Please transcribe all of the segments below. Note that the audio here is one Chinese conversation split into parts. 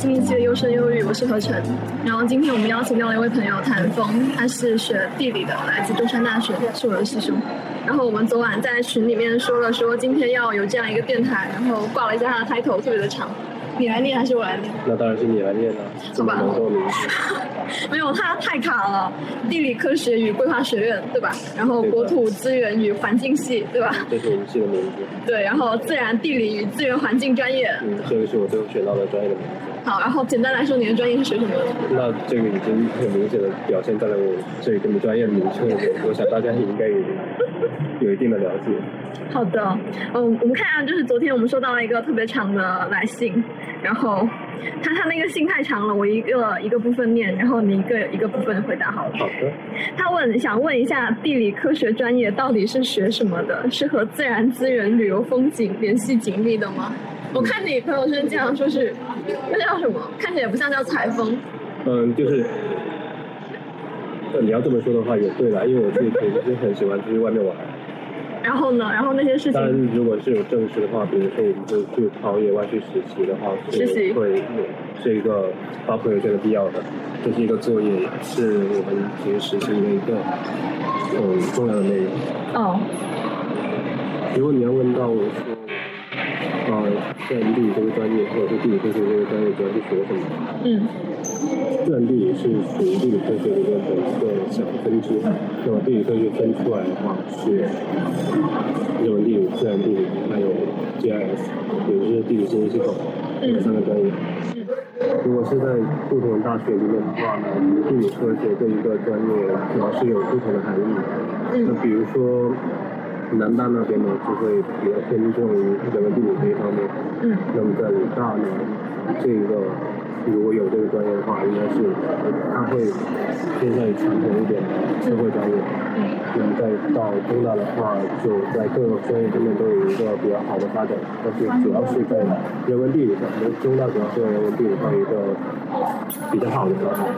新一期的优生优育，我是何晨。然后今天我们邀请到了一位朋友谭峰，他是学地理的，来自中山大学，是我的师兄。然后我们昨晚在群里面说今天要有这样一个电台，然后挂了一下他的 title， 特别的长。你来念还是我来念？ 那当然是你来念了， 好吧？ 能够名字没有，它太卡了。地理科学与规划学院，对吧？然后国土资源与环境系，对吧？ 这是我们系的名字。 对，然后自然地理与资源环境专业。 这个是我最后选到的专业的名字。 好，然后简单来说，你的专业是学什么的？ 那这个已经很明显的表现在了我这个专业的名称，我想大家应该有一定的了解。 好的，我们看一下，就是昨天我们收到了一个特别长的来信，然后他那个信太长了，我一个部分念，然后你一个部分回答好了。 好的。 他想问一下，地理科学专业到底是学什么的？是和自然资源、旅游风景联系紧密的吗？我看你朋友圈经常说是，那叫什么？看起来也不像叫采风。 就是你要这么说的话也对了，因为我自己平时很喜欢出去外面玩。 然后呢？然后那些事情。 当然，如果是有正式的话，比如说我们就去跑野外去实习的话， 实习会是一个发朋友圈的必要的，这是一个作业，也是我们平时实习的一个重要的内容。 哦。 如果你要问到我说，自然地理这个专业或者是地理科学这个专业主要是学什么？自然地理是属于地理科学里面的一个小分支，那么地理科学分出来的话是人文地理、自然地理还有 GIS， 也就是地理信息系统这三个专业。如果是在不同的大学里面的话呢，地理科学这一个专业主要是有不同的含义。那比如说南大那边呢，就会比较偏重于人文地理这一方面。那么在武大呢，这个如果有这个专业的话，应该是它会偏向于传统一点的社会专业。那么再到中大的话，就在各个专业方面都有一个比较好的发展，但是主要是在人文地理上，中大主要是在人文地理上有一个比较好的发展。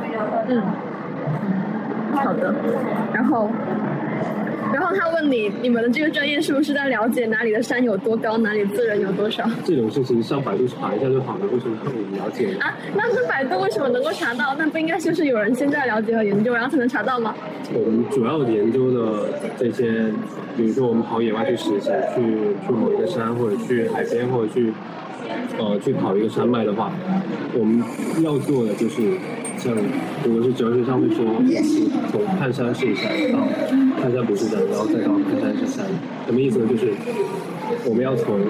好的。然后他问你们的这个专业是不是在了解哪里的山有多高，哪里资源有多少？ 这种事情上百度查一下就好了，为什么要你了解啊？那百度为什么能够查到？那不应该就是有人现在了解和研究，然后才能查到吗？ 我们主要研究的这些，比如说我们跑野外去实习，去某一个山，或者去海边，或者去跑一个山脉的话，我们要做的就是像如果是哲学上会说，从看山是山到看山不是山，然后再到看山是山。什么意思呢？就是我们要从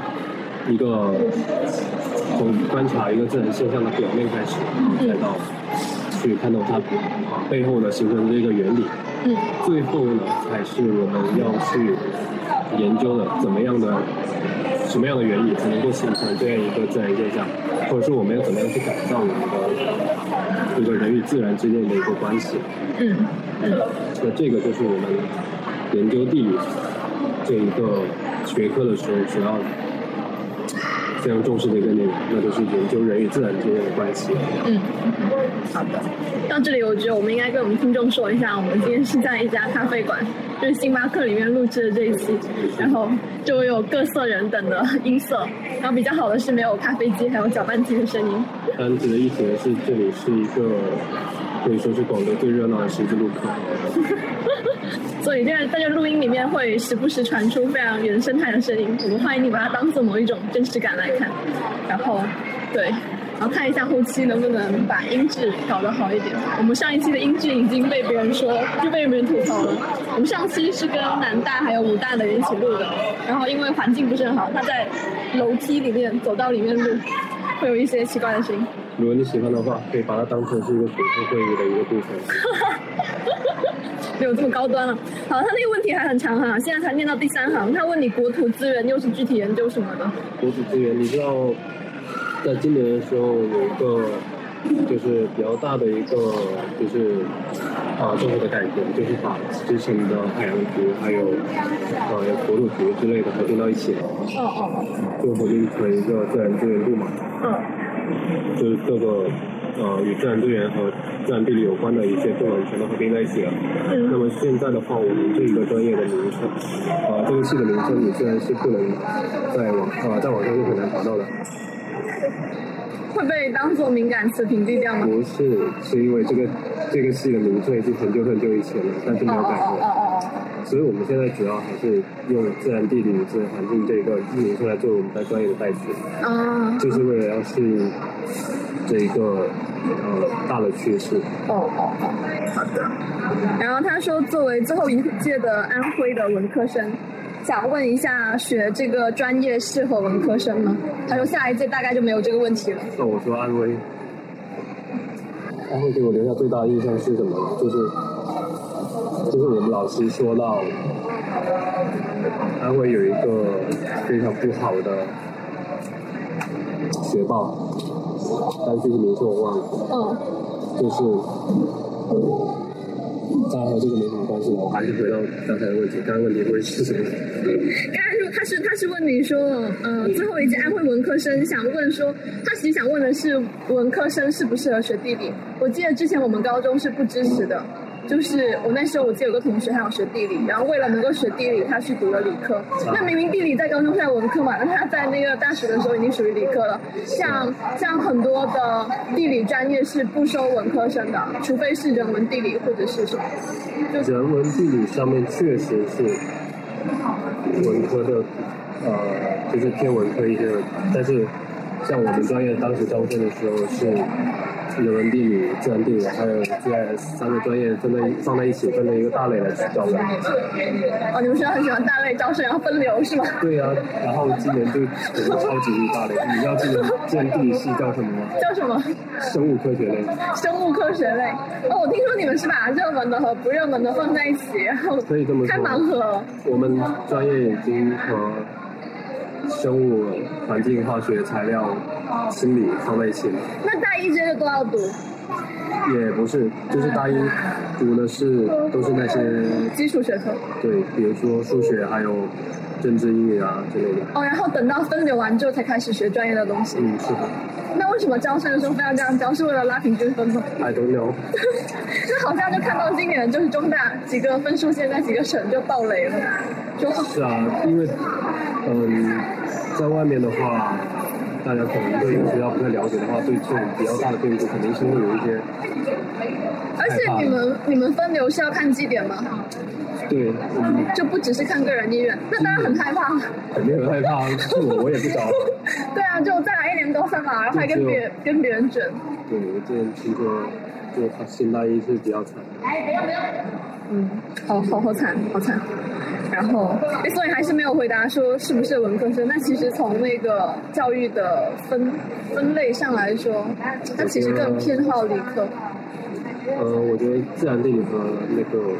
观察一个自然现象的表面开始，再到去看到它背后的形成的这个原理。最后呢，才是我们要去研究的什么样的原理才能够形成这样一个自然现象，或者说我们要怎么样去改造我们的这个人与自然之间的一个关系。那这个就是我们研究地理这一个学科的时候主要非常重视的一个内容，那就是研究人与自然之间的关系。 好的。到这里我觉得我们应该跟我们听众说一下，我们今天是在一家咖啡馆，就是星巴克里面录制的这一期，然后就有各色人等的音色，然后比较好的是没有咖啡机还有搅拌机的声音。值得一提的是，这里是一个可以说是广州最热闹的十字路口。 所以在这录音里面会时不时传出非常原生态的声音，我们欢迎你把它当做某一种真实感来看。然后看一下后期能不能把音质搞得好一点。我们上一期的音质已经被别人吐槽了。我们上期是跟南大还有武大的人一起录的，然后因为环境不是很好，他在楼梯里面走道里面录，会有一些奇怪的声音。 如果你喜欢的话，可以把它当成是一个学术会议的一个部分。 没有这么高端了。好，他那个问题还很长哈，现在才念到第3行。他问你国土资源又是具体研究什么的？ 国土资源，你知道，在今年的时候有一个就是比较大的一个就是政府的改革，就是把之前的海洋局还有国土局之类的合并到一起了。就合并成一个自然资源部嘛。就是各个与自然资源和自然地理有关的一些部门全都合并在一起了。那么现在的话，我们这一个专业的名称，这个系的名称你虽然是不能在网上是很难查到的。 会被当作敏感词屏蔽掉吗？ 不是，是因为这个系的名称是很久以前了，但是没有改过。所以我们现在主要还是用自然地理、自然环境这个名称来作为我们在专业的代词。就是为了要适应这一个大的趋势。 好的。然后他说，作为最后一届的安徽的文科生，想问一下，学这个专业适合文科生吗？他说下一届大概就没有这个问题了。 那我说安徽给我留下最大的印象是什么？就是我们老师说到，安徽有一个非常不好的学报，但具体名称我忘了。就是当然和这个没什么关系了，我还是回到刚才的问题。刚刚问题会是什么？ 刚才说他是问你说，最后一届安徽文科生想问说，他其实想问的是文科生适不适合学地理。我记得之前我们高中是不支持的。就是我那时候，我记得有个同学他想学地理，然后为了能够学地理，他去读了理科。那明明地理在高中是在文科嘛，那他在那个大学的时候已经属于理科了。像很多的地理专业是不收文科生的，除非是人文地理或者是什么。 人文地理上面确实是文科的，就是偏文科一些的，但是像我们专业当时招生的时候是人文地理、自然地理还有 GIS 三个专业放在一起，分成一个大类来招的。 你们学校很喜欢大类招生，然后分流是吗？ 对啊，然后今年就超级大类。你知道今年地理系叫什么吗？ 叫什么？ 生物科学类。 生物科学类。我听说你们是把热门的和不热门的放在一起，然后可以这么说开盲盒。我们专业已经和生物、环境、化学、材料、心理放在一起了。 那大一这些都要读？ 也不是，就是大一读的都是那些基础学科。对， 比如说数学，还有政治、英语啊之类的。 然后等到分流完之后才开始学专业的东西。 是的。 那为什么招生的时候非要这样招？是为了拉平均分吗 ？I don't know 。 那好像就看到今年就是中大几个分数线在几个省就爆雷了。 是啊，因为在外面的话，大家可能对学校不太了解的话，对这种比较大的变故肯定是会有一些。 而且你们分流是要看绩点吗？ 对， 就不只是看个人意愿，那当然很害怕。 肯定很害怕，是我也不招。 对啊，就再来1年多3嘛，然后还跟别人卷。 对，我之前听说，就新大一是比较惨。 好惨。然后，所以还是没有回答说是不是文科生。那其实从那个教育的分类上来说，它其实更偏好理科。 我觉得自然地理和那个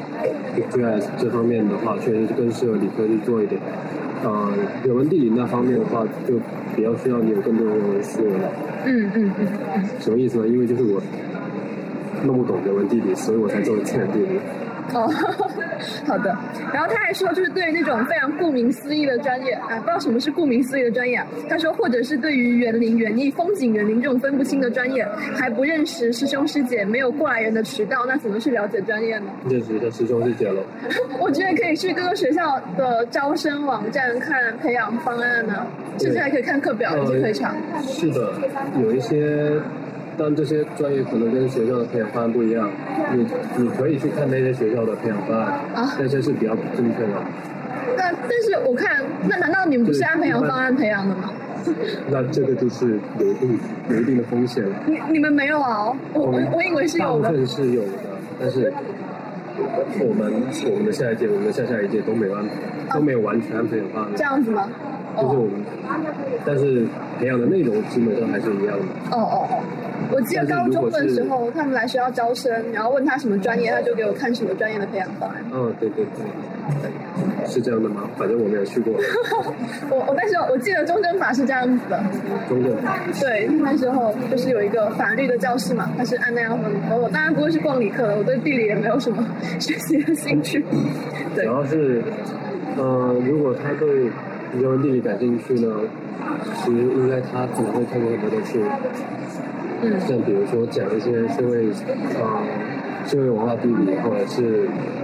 GIS 这方面的话，确实是更适合理科去做一点。人文地理那方面的话，就比较需要你有更多的人文思维了。什么意思呢？因为就是我弄不懂人文地理，所以我才做自然地理。 好的。然后他还说，就是对于那种非常顾名思义的专业，不知道什么是顾名思义的专业。他说，或者是对于园林、园艺、风景园林这种分不清的专业，还不认识师兄师姐，没有过来人的渠道，那怎么去了解专业呢？ 认识一下师兄师姐了。 我觉得可以去各个学校的招生网站看培养方案呢，甚至还可以看课表以及会场。 是的，有一些。但这些专业可能跟学校的培养方案不一样，你可以去看那些学校的培养方案，那些是比较正确的。 但是我看，那难道你们不是按培养方案培养的吗？ 那这个就是有一定的风险了。 你们没有啊？我以为是有的。 大部分是有的，但是我们的下一届、我们的下下一届都没有完全按培养方案。 这样子吗？ 就是我们，但是培养的内容基本上还是一样的。 我记得高中的时候，他们来学校招生，然后问他什么专业，他就给我看什么专业的培养方案。 对，是这样的吗？反正我没有去过。 但是我记得中正法是这样子的。 中正法。对， 那时候就是有一个法律的教室嘛，他是按那样分。我当然不会是逛理科的，我对地理也没有什么学习的兴趣。对。 主要是，如果他对人文地理感兴趣呢，其实应该他可能会看过很多的书。像比如说讲一些社会文化地理，或者是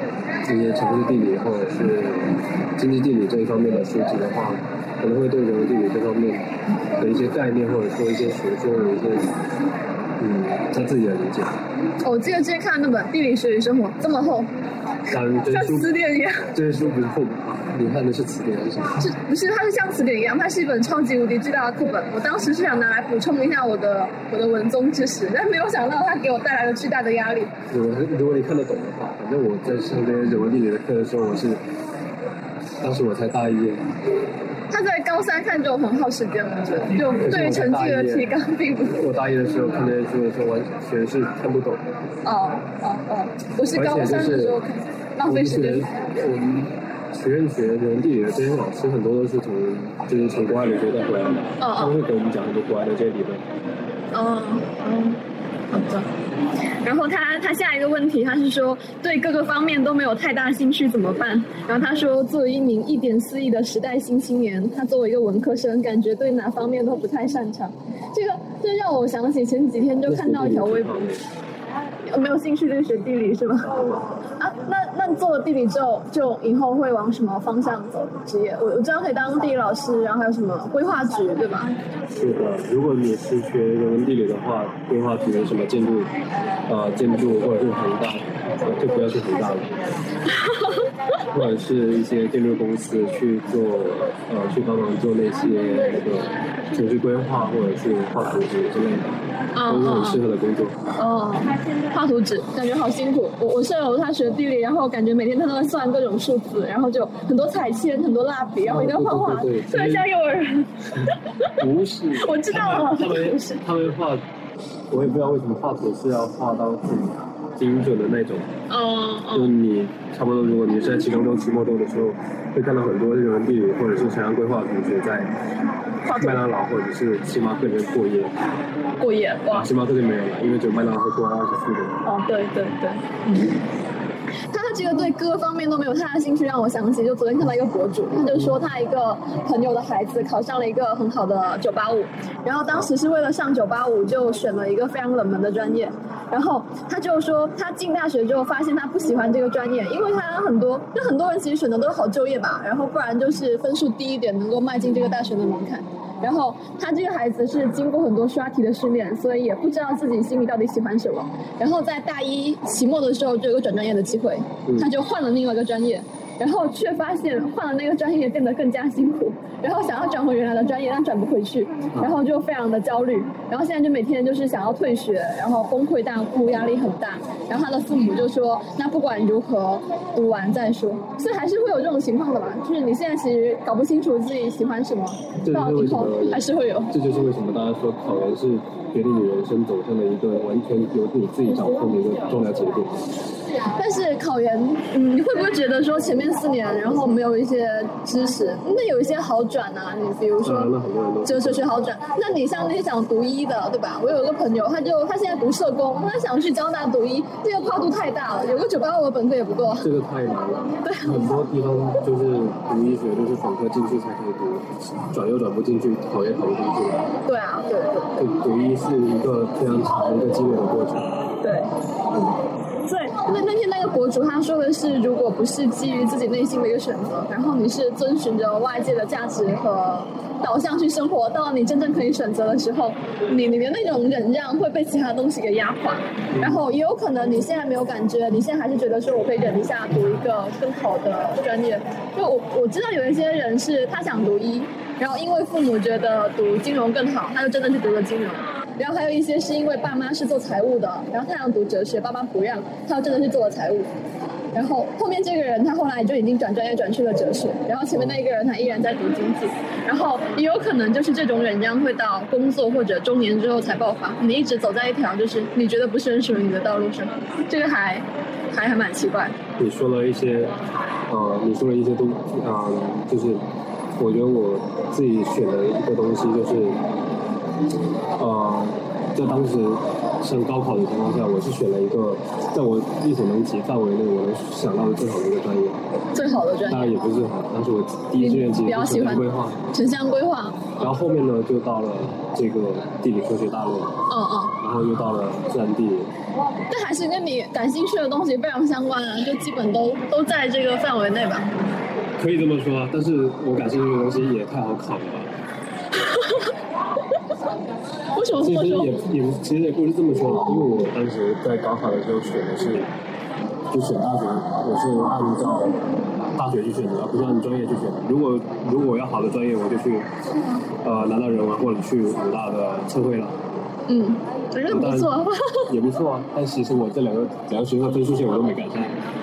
这些城市地理或者是经济地理这一方面的书籍的话，可能会对人文地理这方面的一些概念或者说一些学说有一些他自己的理解。 我记得之前看那本《地理学与生活》这么厚，像词典一样。 这些书不是厚吧？你看的是词典还是什么？ 不是，它是像词典一样，它是一本超级无敌巨大的课本。我当时是想拿来补充一下我的文综知识，但没有想到它给我带来了巨大的压力。 如果你看得懂的话，反正我在上这些人文地理的课的时候，当时我才大一。 他在高三看就很耗时间，我觉得就对于成绩的提高并不。 我大一的时候看这些书的时候，完全是看不懂。 我是高三的时候看，浪费时间。 我们学院学人文地理的这些老师很多都是从国外留学带回来的，他们会给我们讲很多国外的这些理论。 好的。然后他下一个问题，他是说对各个方面都没有太大兴趣怎么办？然后他说，作为一名1.4亿的时代新青年，他作为一个文科生，感觉对哪方面都不太擅长。这让我想起前几天就看到一条微博。没有兴趣就学地理是吗？那做了地理之后，就以后会往什么方向走职业？我知道可以当地理老师，然后还有什么规划局，对吧？ 是的，如果你是学人文地理的话，规划局有什么建筑或者是恒大，就不要去恒大了，或者是一些建筑公司去做去帮忙做那些城市规划或者是画图纸之类的，都是很适合的工作。 画图纸感觉好辛苦。我舍友他学地理，然后感觉每天他都在算各种数字，然后就很多彩铅、很多蜡笔，然后一定要画画，特别像幼儿园。 不是， 我知道了， 他们画，我也不知道为什么画图是要画到很精准的那种。就是你差不多，如果你是在期中周、期末周的时候，会看到很多人文地理或者是城乡规划同学在麦当劳或者是星巴克里面过夜。哇！星巴克就没有了，因为只有麦当劳会过24的。 对。他这个对各方面都没有太大兴趣，让我想起就昨天看到一个博主，他就说他一个朋友的孩子考上了一个很好的985，然后当时是为了上985就选了一个非常冷门的专业，然后他就说他进大学之后发现他不喜欢这个专业，因为他很多人其实选的都是好就业吧，然后不然就是分数低一点能够迈进这个大学的门槛。然后他这个孩子是经过很多刷题的训练，所以也不知道自己心里到底喜欢什么。然后在大一期末的时候就有个转专业的机会，他就换了另外一个专业，然后却发现换了那个专业变得更加辛苦，然后想要转回原来的专业，但转不回去，然后就非常的焦虑，然后现在就每天就是想要退学，然后崩溃大哭，压力很大。然后他的父母就说，那不管如何读完再说。所以还是会有这种情况的吧，就是你现在其实搞不清楚自己喜欢什么，到以后还是会有。 这就是为什么大家说考研是决定你人生走向的一个完全由你自己掌控的一个重要节点。 但是考研，你会不会觉得说前面4年，然后没有一些知识，那有一些好转啊？你比如说哲学好转。那你像那些想读医的，对吧？我有一个朋友，他现在读社工，他想去交大读医，这个跨度太大了，有个985的本科也不够。 这个太难了。对，很多地方就是读医学就是本科进去才可以读，转又转不进去，考也考不进去。 对啊，对。 读医是一个非常长的一个积累的过程。 对，所以那天那个博主他说的是，如果不是基于自己内心的一个选择，然后你是遵循着外界的价值和导向去生活，到你真正可以选择的时候，你的那种忍让会被其他东西给压垮，然后也有可能你现在没有感觉，你现在还是觉得说我可以忍一下，读一个更好的专业。就我知道有一些人是他想读医，然后因为父母觉得读金融更好，他就真的去读了金融。然后还有一些是因为爸妈是做财务的，然后他想读哲学，爸妈不让，他就真的去做了财务。然后后面这个人他后来就已经转专业转去了哲学，然后前面那一个人他依然在读经济，然后也有可能就是这种忍让会到工作或者中年之后才爆发，你一直走在一条就是你觉得不是很属于你的道路上，这个还蛮奇怪。 你说了一些东西就是我觉得我自己选的一个东西就是在当时上高考的情况下，我是选了一个在我力所能及范围内我能想到的最好的一个专业。 最好的专业？ 当然也不是最好，但是我第一志愿其实是城乡规划。 城乡规划。 然后后面呢，就到了这个地理科学大类。然后又到了自然地理。 但还是跟你感兴趣的东西非常相关啊，就基本都在这个范围内吧。 可以这么说啊，但是我感兴趣的东西也太好考了吧。 为什么这么说？ 其实也不是这么说，因为我当时在高考的时候选的是，就选大学，我是按照大学去选的，而不是按专业去选的。如果要好的专业，我就去南大人文或者去武大的测绘了。 我觉得不错。 也不错啊，但其实我这两个学校分数线我都没赶上。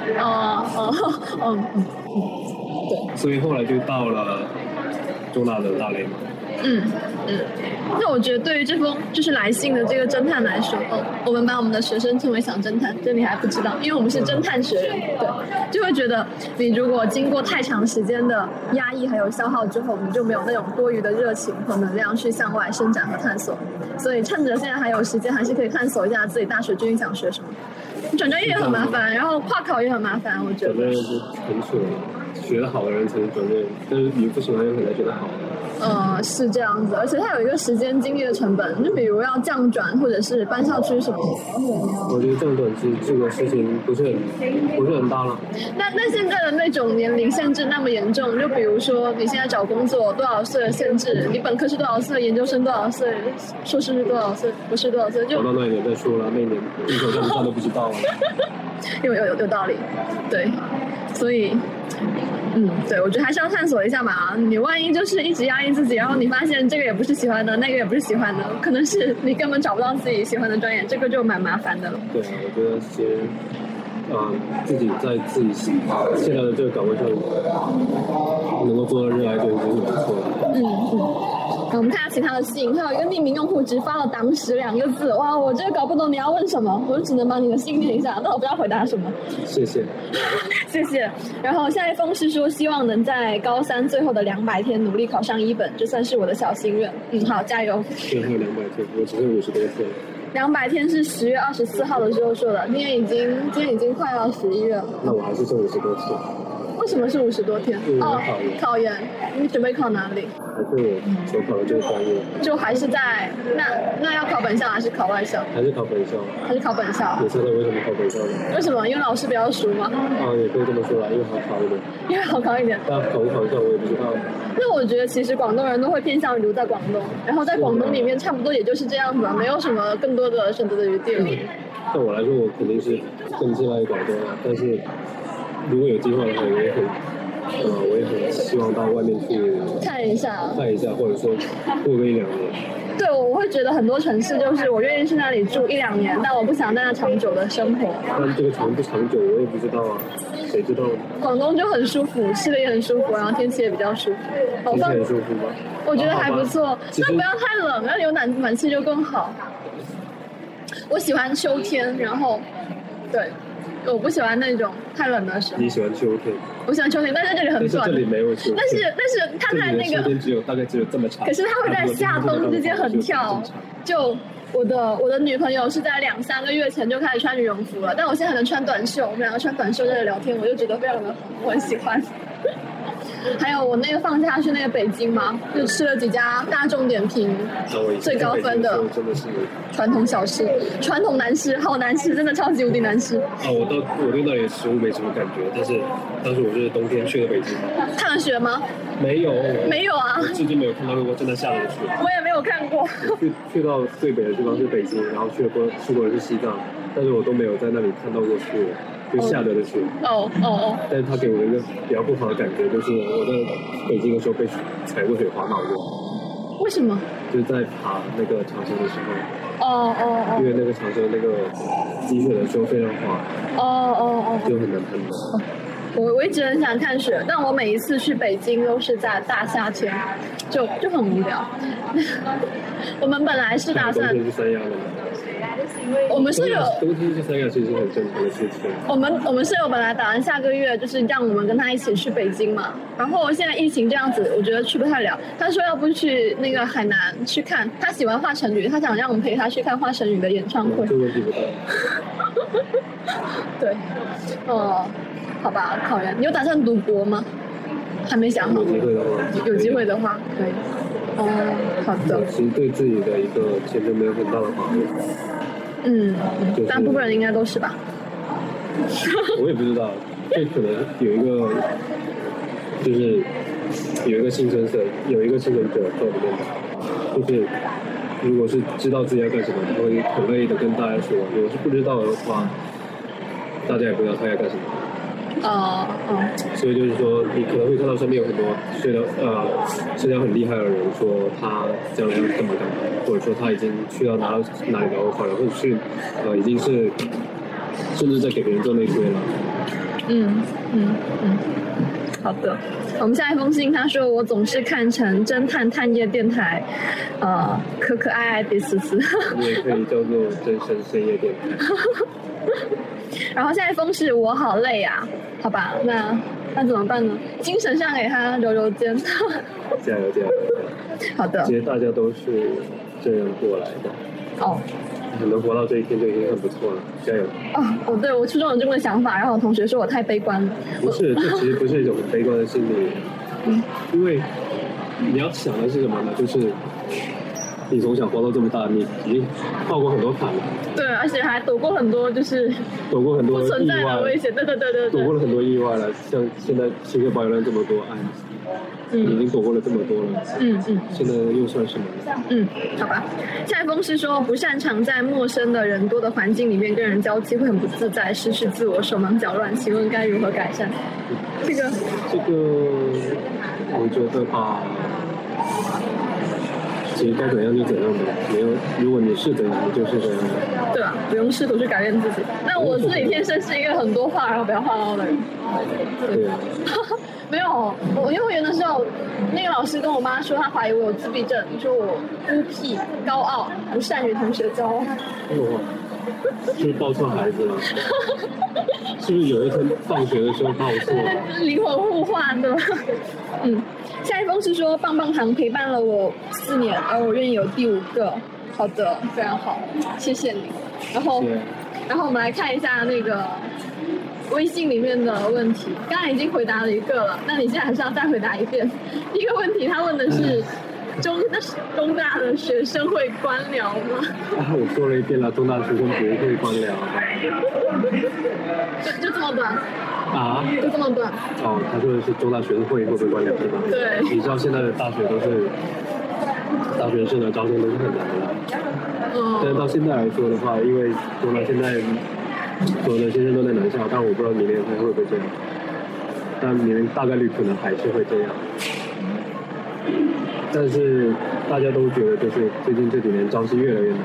对。所以后来就到了中大的大类嘛。 那我觉得对于这封就是来信的这个侦探来说，我们把我们的学生称为小侦探，这你还不知道，因为我们是侦探学人，对，就会觉得你如果经过太长时间的压抑还有消耗之后，你就没有那种多余的热情和能量去向外伸展和探索，所以趁着现在还有时间，还是可以探索一下自己大学究竟想学什么。转专业也很麻烦，然后跨考也很麻烦，我觉得。 转专业是很蠢，学得好的人才能转专业，但是你不喜欢又很难学得好。 是这样子，而且它有一个时间精力的成本，就比如要降转或者是搬校区什么的。 我觉得降转这个事情不是很大了。 那现在的那种年龄限制那么严重，就比如说你现在找工作多少岁的限制，你本科是多少岁，研究生多少岁，硕士是多少岁，博士多少岁，就到那一年再说了，那一年地球上都不知道了。 有道理，对，所以。对，我觉得还是要探索一下嘛。你万一就是一直压抑自己，然后你发现这个也不是喜欢的，那个也不是喜欢的，可能是你根本找不到自己喜欢的专业，这个就蛮麻烦的了。 对啊，我觉得其实，自己在自己现在的这个岗位上能够做到热爱，就已经很不错了。 我们看下其他的信，还有一个匿名用户只发了党史2个字，哇，我这个搞不懂你要问什么，我就只能把你的信念一下，但我不知道回答什么。 谢谢。 谢谢。然后下一封是说希望能在高3最后的200天努力考上1本，这算是我的小心愿。好，加油。 现在还有200天，我只剩50多天。 200天是10月24号的时候说的，今天已经快要11月了。 那我还是剩50多天。 为什么是50多天？考研。你准备考哪里？ 还是我所考的这个专业。 就还是在那要考本校还是考外校？ 还是考本校。 还是考本校？ 你猜猜为什么考本校呢？ 为什么？因为老师比较熟吗？ 也可以这么说啦，因为好考一点。 因为好考一点。 但考不考校我也不知道。 那我觉得其实广东人都会偏向于留在广东，然后在广东里面差不多也就是这样子，没有什么更多的选择的余地了。 对我来说，我肯定是更青睐广东啊，但是如果有机会的话，我也很希望到外面去看一下，或者说过个1-2年。 对，我会觉得很多城市就是我愿意去那里住1-2年，但我不想在那长久的生活。 但这个长不长久我也不知道啊，谁知道？ 广东就很舒服，吃的也很舒服，然后天气也比较舒服。 天气很舒服吗？ 我觉得还不错。那不要太冷，要有暖气就更好。我喜欢秋天，然后对。我不喜欢那种太冷的时候。 你喜欢秋天？ 我喜欢秋天，但是这里很短。 但是这里没有秋天。 但是它在那个秋天大概只有这么长。 可是它会在夏冬之间很跳。就我的女朋友是在2-3个月前就开始穿羽绒服了，但我现在还能穿短袖。我们两个穿短袖在这聊天，我就觉得非常的我很喜欢。还有我那个放假去那个北京嘛，就吃了几家大众点评最高分的传统小吃，传统难吃，好难吃，真的超级无敌难吃。 我对那里的食物没什么感觉，但是当时我是冬天去了北京。 看了雪吗？ 没有啊， 我至今没有看到过真的下了雪。 我也没有看过。 去到最北的地方是北京，然后去过的是西藏，但是我都没有在那里看到过雪。就下着的雪。但是他给我一个比较不好的感觉，就是我在北京的时候被踩过雪滑倒过。 为什么？ 就是在爬那个长城的时候。因为那个长城那个积雪的时候非常滑。就很难看到。 我一直很想看雪，但我每一次去北京都是在大夏天，就很无聊。我们本来是打算。 冬天去三亚的吗？ 我们舍友冬天这3个其实是很正常的事情。 我们舍友本来打算下个月就是让我们跟他一起去北京嘛，然后现在疫情这样子，我觉得去不太了。他说要不去那个海南去看，他喜欢华晨宇，他想让我们陪他去看华晨宇的演唱会。 这个问题不大。 对，好吧，考研，你有打算读博吗？还没想好。有机会的话，可以。好的。 其实对自己的一个前途没有很大的把握。 大部分人应该都是吧。 我也不知道，这可能有一个，就是有一个幸存者在里面，就是如果是知道自己要干什么，他会很乐意的跟大家说；如果是不知道的话，大家也不知道他要干什么。所以就是说，你可能会看到身边有很多社交很厉害的人说他将来要干嘛干嘛，或者说他已经去到哪里的 offer 了，或者是已经是甚至在给别人做内推了。 好的，我们下一封信，他说我总是看成侦探探夜电台，可可爱爱的思思。 你也可以叫做真神深夜电台。 然后下一封是我好累啊，好吧，那怎么办呢？精神上给他揉揉肩。 加油！ 好的。 其实大家都是这样过来的。能活到这一天就已经很不错了，加油！ 对，我初中有这么个想法，然后我同学说我太悲观了。 不是，这其实不是一种很悲观的心理，因为你要想的是什么呢？就是你从小活到这么大，你已经跨过很多坎了。对，而且还躲过很多，就是躲过很多不存在的危险。对，躲过了很多意外了。像现在新科保有人这么多案子，已经躲过了这么多了。现在又算什么？好吧。下一封是说不擅长在陌生的人多的环境里面跟人交际，会很不自在，失去自我，手忙脚乱。请问该如何改善？这个，我觉得吧。其实该怎样就怎样的，没有。如果你是怎样，你就是怎样的。对啊，不用试图去改变自己。那我自己天生是一个很多话然后比较话唠的人。对。没有，我幼儿园的时候，那个老师跟我妈说，他怀疑我有自闭症，说我孤僻、高傲，不善于同学交。是不是抱错孩子了？是不是有一天放学的时候抱错了？灵魂互换的。下一封是说棒棒糖陪伴了我4年，而我愿意有第5个。好的，非常好，谢谢你。然后我们来看一下那个微信里面的问题，刚才已经回答了1个了，那你现在还是要再回答一遍。第一个问题，他问的是中大的学生会官僚吗？我说了1遍了，中大学生不会官僚。就这么短？就这么短？他说的是中大学生会不会官僚是吧？对。你知道现在的大学都是大学生的招生都是很难的。但是到现在来说的话，因为中大现在所有的学生都在南校，但我不知道明年会不会这样。但明年大概率可能还是会这样。但是大家都觉得，就是最近这几年招是越来越难，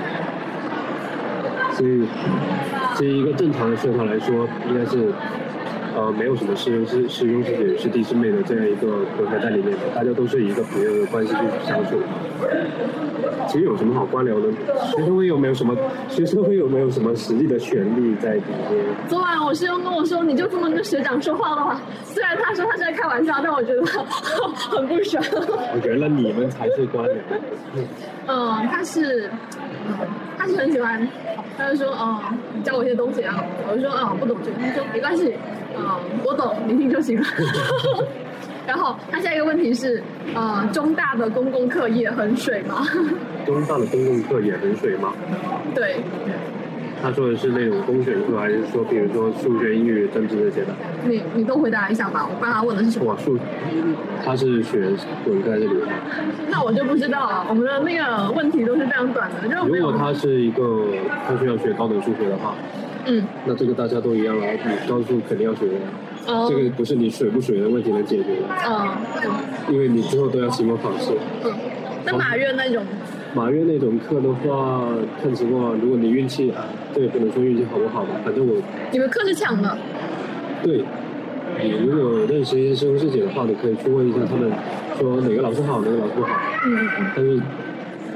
所以其实一个正常的社团来说，应该是没有什么师兄师姐师弟师妹的这样一个隔阂在里面的，大家都是以一个朋友的关系去相处。其实有什么好官僚的？学生会有没有什么实际的权利在里面？昨晚我师兄跟我说，你就这么跟学长说话的话，虽然他说他是在开玩笑，但我觉得很不爽。我觉得你们才是官僚。他是很喜欢，他就说教我一些东西啊，我就说不懂这个，他说没关系，我懂，你听就行了。然后他下一个问题是，中大的公共课也很水吗？中大的公共课也很水吗？对。他说的是那种公选课，还是说比如说数学、英语、政治这些的？你都回答一下吧，我不知道他问的是什么。他是学文科还是理科？那我就不知道了。我们的那个问题都是非常短的，就如果他是一个他需要学高等数学的话，那这个大家都一样了，你高数肯定要学的。这个不是你水不水的问题能解决的。因为你之后都要期末考试。那马月那种课的话，看情况，如果你运气，这个不能说运气好不好吧，反正你们课是抢的。对，你如果认识一些师兄师姐的话，你可以去问一下他们，说哪个老师好，哪个老师不好。但是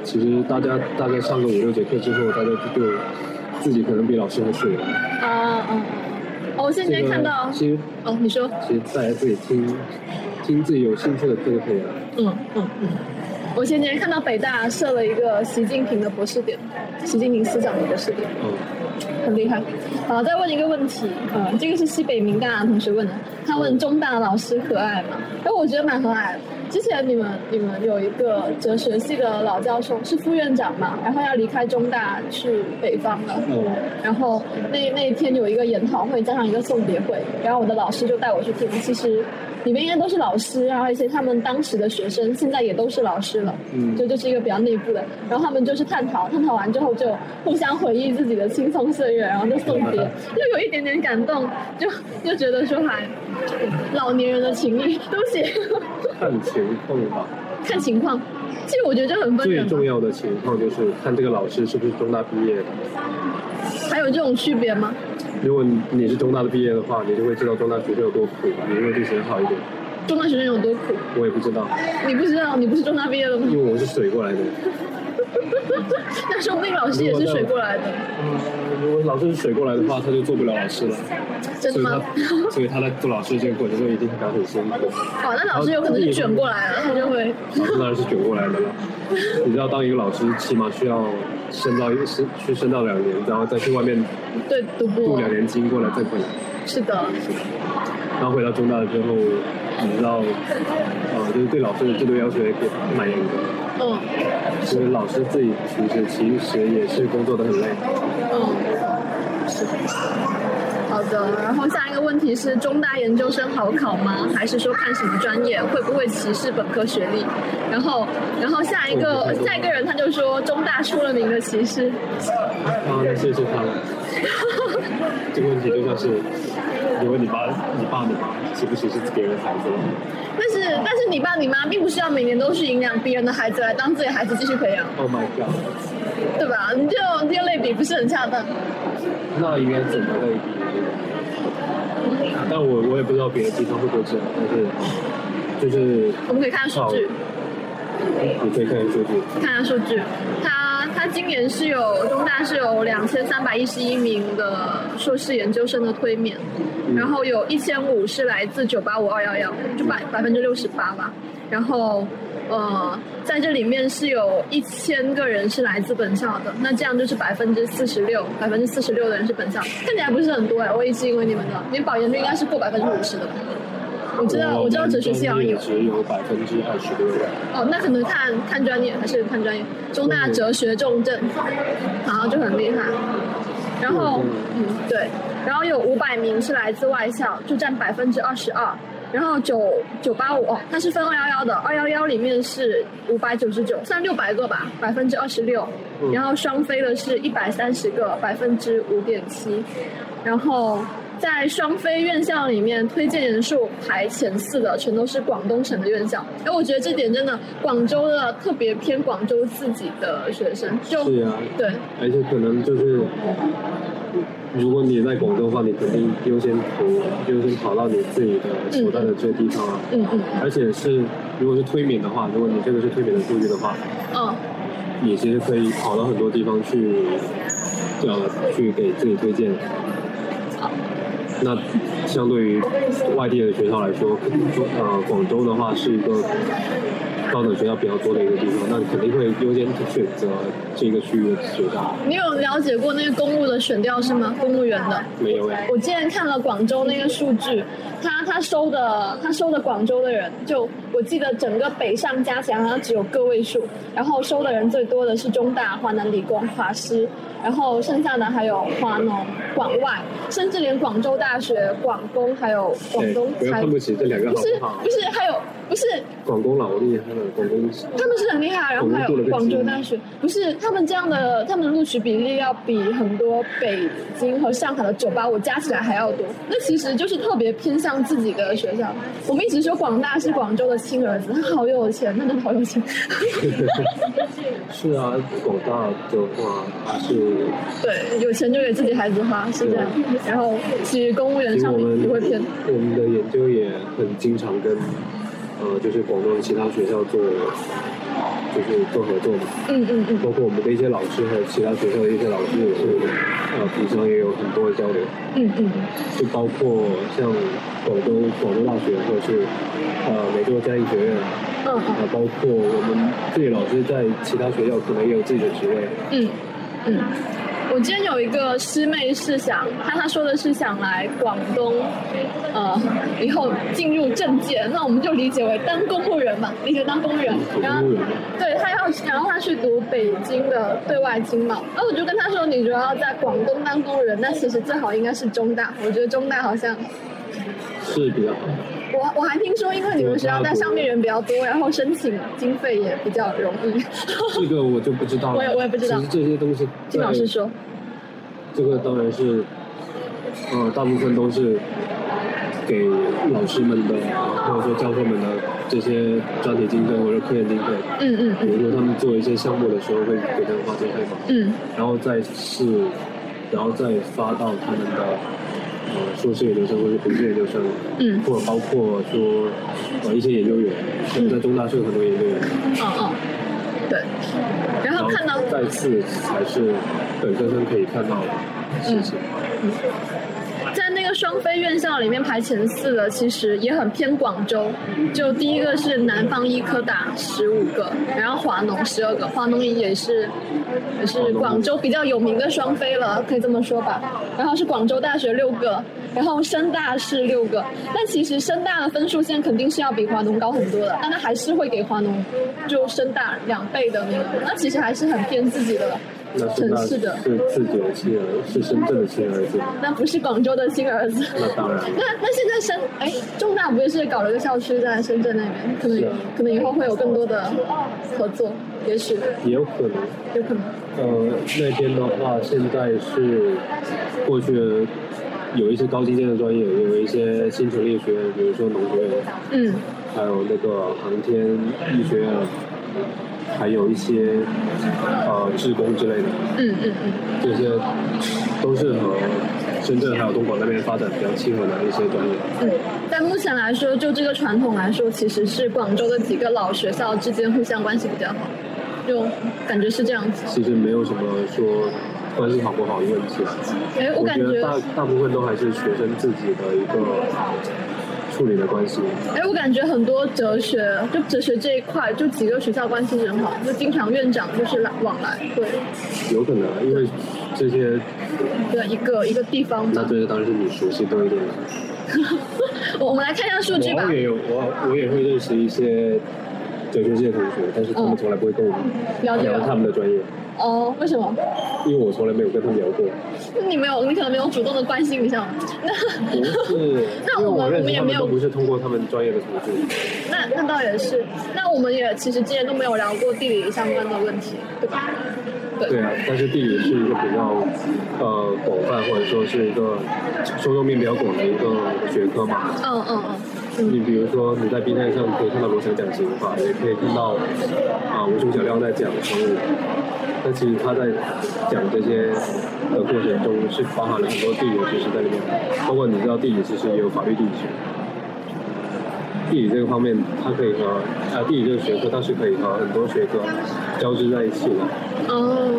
其实大家大概上个5、6节课之后，大家就自己可能比老师还睡了。 我现在看到， 其实你说， 其实大家自己听自己有兴趣的课就可以了。 我前年看到北大设了一个习近平的博士点，习近平思想的博士点，很厉害。好，再问一个问题，这个是西北民大的同学问的，他问中大的老师和蔼吗？我觉得蛮和蔼的。之前你们有一个哲学系的老教授是副院长嘛，然后要离开中大去北方了，然后那一天有一个研讨会加上一个送别会，然后我的老师就带我去听，其实里面应该都是老师，然后一些他们当时的学生现在也都是老师了，就是一个比较内部的，然后他们就是探讨完之后就互相回忆自己的青葱岁月，然后就送别，就有一点点感动，就觉得说还老年人的情谊，对不起。 看情况吧。 看情况，其实我觉得这很分人。 最重要的情况就是看这个老师是不是中大毕业的。 还有这种区别吗？ 如果你是中大的毕业的话，你就会知道中大学生有多苦，你就会对学生好一点。 中大学生有多苦？ 我也不知道。 你不知道？你不是中大毕业的吗？ 因为我是水过来的。 那说不定老师也是水过来的。 如果老师是水过来的话，他就做不了老师了。 真的吗？ 所以他在做老师这个过程中一定感到很辛苦。 那老师有可能是卷过来了，他就会。 老师当然是卷过来的了。你知道，当一个老师起码需要深造2年，然后再去外面读2年经过来再回来。 是的。 然后回到中大了之后，你知道，就是对老师的制度要求也蛮严格。因为老师自己其实也是工作的很累。 是的。好的，然后下一个问题是中大研究生好考吗？还是说看什么专业？会不会歧视本科学历？然后下一个人他就说中大出了名的歧视。 那谢谢他了。这个问题就像是你问你爸歧不歧视别人的孩子？ 但是你爸你妈并不是要每年都去领养别人的孩子来当自己的孩子继续培养。 Oh my god！ 对吧？你这个类比不是很恰当。 那应该怎么类比？但我也不知道别的地方会不会这样，但是就是我们可以看数据。 你可以看下数据。 看下数据，他今年中大是有2311名的硕士研究生的推免，然后有1500是来自985、211，就68%吧。然后在这里面是有1000个人是来自本校的，那这样就是46%的人是本校，看起来不是很多我一直以为你们保研率应该是过50%的吧。我知道哲学系好像有， 只有26%。 那可能看专业还是看专业。中大哲学重症，然后就很厉害。然后对，然后有500名是来自外校，就占22%。然后985它是分211的，211里面是599，算600个吧，26%。然后双非的是130个，5.7%。然后在双非院校里面，推荐人数排前4的全都是广东省的院校。我觉得这点真的，广州的特别偏广州自己的学生， 是啊， 对， 而且可能就是，如果你在广州的话，你肯定优先跑到你自己的所在的这个地方啊。而且如果是推免的话，如果你这个是推免的数据的话，你其实可以跑到很多地方去给自己推荐。那相对于外地的学校来说，广州的话是一个高等学校比较多的一个地方，那你肯定会优先选择这个区域的学校。你有了解过那个公务的选调是吗？公务员的？ 没有我之前看了广州那个数据，他收的广州的人，就我记得整个北上加起来好像只有个位数，然后收的人最多的是中大、华南理工、华师，然后剩下的还有华农、广外，甚至连广州大学、广工还有广东。 不要看不起这2个好。 不是，还有不是广工老厉害了，广工他们是很厉害，然后还有广州大学，不是他们这样的，他们的录取比例要比很多北京和上海的985加起来还要多。那其实就是特别偏向自己的学校。我们一直说广大是广州的亲儿子，他好有钱，他真的好有钱。 是啊，广大的话他是对有钱就给自己孩子花，是这样。然后其实公务员上面也会偏。 我们的研究也很经常跟就是广东其他学校做合作嘛。包括我们的一些老师和其他学校的一些老师也是，平常也有很多的交流。就包括像广州大学或者是美洲嘉义学院包括我们自己老师在其他学校可能也有自己的职位。 我今天有一个师妹是想，她说的是想来广东，以后进入政界，那我们就理解为当公务员嘛，理解当公务员。然后，对，然后她去读北京的对外经贸，然后我就跟她说，你如果要在广东当公务员，那其实最好应该是中大，我觉得中大好像是比较好。 我还听说，因为你们学校在上面人比较多，然后申请经费也比较容易。 这个我就不知道了。 我也不知道。 其实这些东西， 金老师说， 这个当然是，大部分都是给老师们的，或者说教授们的这些专题经费或者科研经费。比如说他们做一些项目的时候会给他们发经费嘛。然后再发到他们的。硕士研究生或者博士研究生，或者包括说一些研究员，在中大是有很多研究员。 对。然后看到再次才是本科生可以看到的事情。 在那个双非院校里面排前4的，其实也很偏广州。就第一个是南方医科大15个，然后华农12个，华农也是广州比较有名的双非了，可以这么说吧。然后是广州大学6个，然后深大是6个。但其实深大的分数线肯定是要比华农高很多的，但它还是会给华农就深大2倍的名额，那其实还是很偏自己的。城市的是自己的亲儿，是深圳的亲儿子， 那不是广州的亲儿子。 那当然。 那现在中大不是搞了个校区在深圳那边，可能以后会有更多的合作，也许也有可能。那边的话，现在是过去有一些高精尖的专业，有一些新成立的学院，比如说农学院，还有那个航天医学院。还有一些志工之类的，这些都是和深圳还有东莞那边发展比较契合的一些专业。 但目前来说，就这个传统来说，其实是广州的几个老学校之间互相关系比较好，就感觉是这样子。 其实没有什么说关系好不好的问题。 我感觉大部分都还是学生自己的一个处理的关系。 我感觉很多哲学这一块，就几个学校关系很好，就经常院长就是往来。对，有可能，因为这些一个地方。 那这些当然是你熟悉多一点的。 我们来看一下数据吧。 我也会认识一些哲学界的同学，但是他们从来不会跟我们聊他们的专业。 为什么？ 因为我从来没有跟他们聊过。 你可能没有主动的关心一下。 不是， 那我们也没有， 都不是通过他们专业的途径。 那倒也是。那我们也其实之前都没有聊过地理相关的问题，对吧？ 对啊，但是地理是一个比较广泛，或者说是一个受众面比较广的一个学科嘛。你比如说你在 B 站上可以看到罗翔讲刑法，也可以看到吴兄小亮在讲商务，但其实他在讲这些的过程中是包含了很多地理的知识在里面，包括你知道地理其实也有法律地理学。地理这个方面，它可以和地理这个学科，它是可以和很多学科交织在一起的。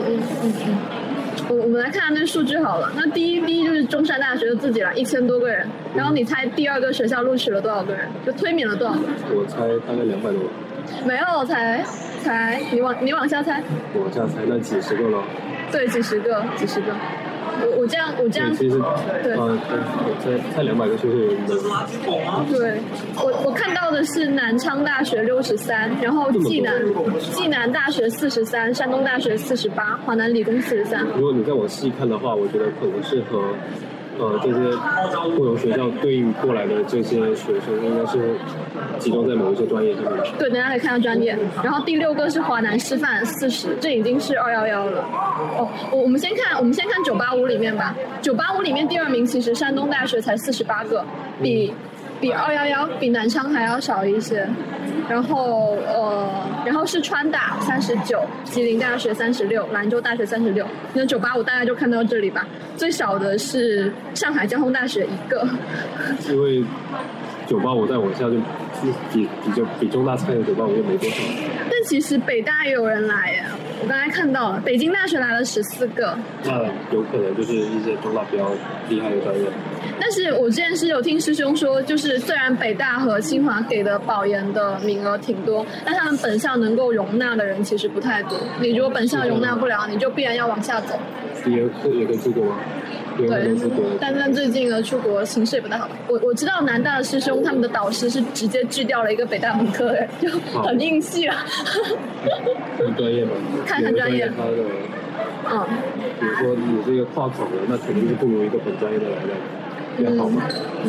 我们来看看那数据好了。那第一就是中山大学就自己来1000多个人，然后你猜第2个学校录取了多少个人？就推免了多少个？ 我猜大概200多。 没有，才你往下猜。 往下猜，那几十个了。 对，几十个。我这样， 其实对， 才200个就是有的。 对，我看到的是南昌大学63，然后暨南大学43，山东大学48，华南理工43。 如果你再往细看的话，我觉得可能是和这些不同学校对应过来的这些学生，应该是集中在某一些专业上面。 对，等下可以看到专业。然后第6个是华南师范40，这已经是211了。我们先看985里面吧。985里面第2名其实山东大学才48个，比211比南昌还要少一些。然后是川大39，吉林大学36，兰州大学36。那985大家就看到这里吧。最少的是上海交通大学1个。 因为 985我再往下就比中大菜的985就没多少。 但其实北大也有人来耶，我刚才看到了，北京大学来了14个。 那有可能就是一些中大比较厉害的专业。 但是我之前是有听师兄说，就是虽然北大和清华给的保研的名额挺多，但他们本校能够容纳的人其实不太多。你如果本校容纳不了，你就必然要往下走。 也可以出国吗？ 对，但最近的出国形势也不太好。我知道南大的师兄他们的导师是直接拒掉了一个北大本科的，就很硬气啊。 很专业吗？ 看很专业。 比如说你是一个跨考的，那肯定是不如一个本专业的来的比较好嘛。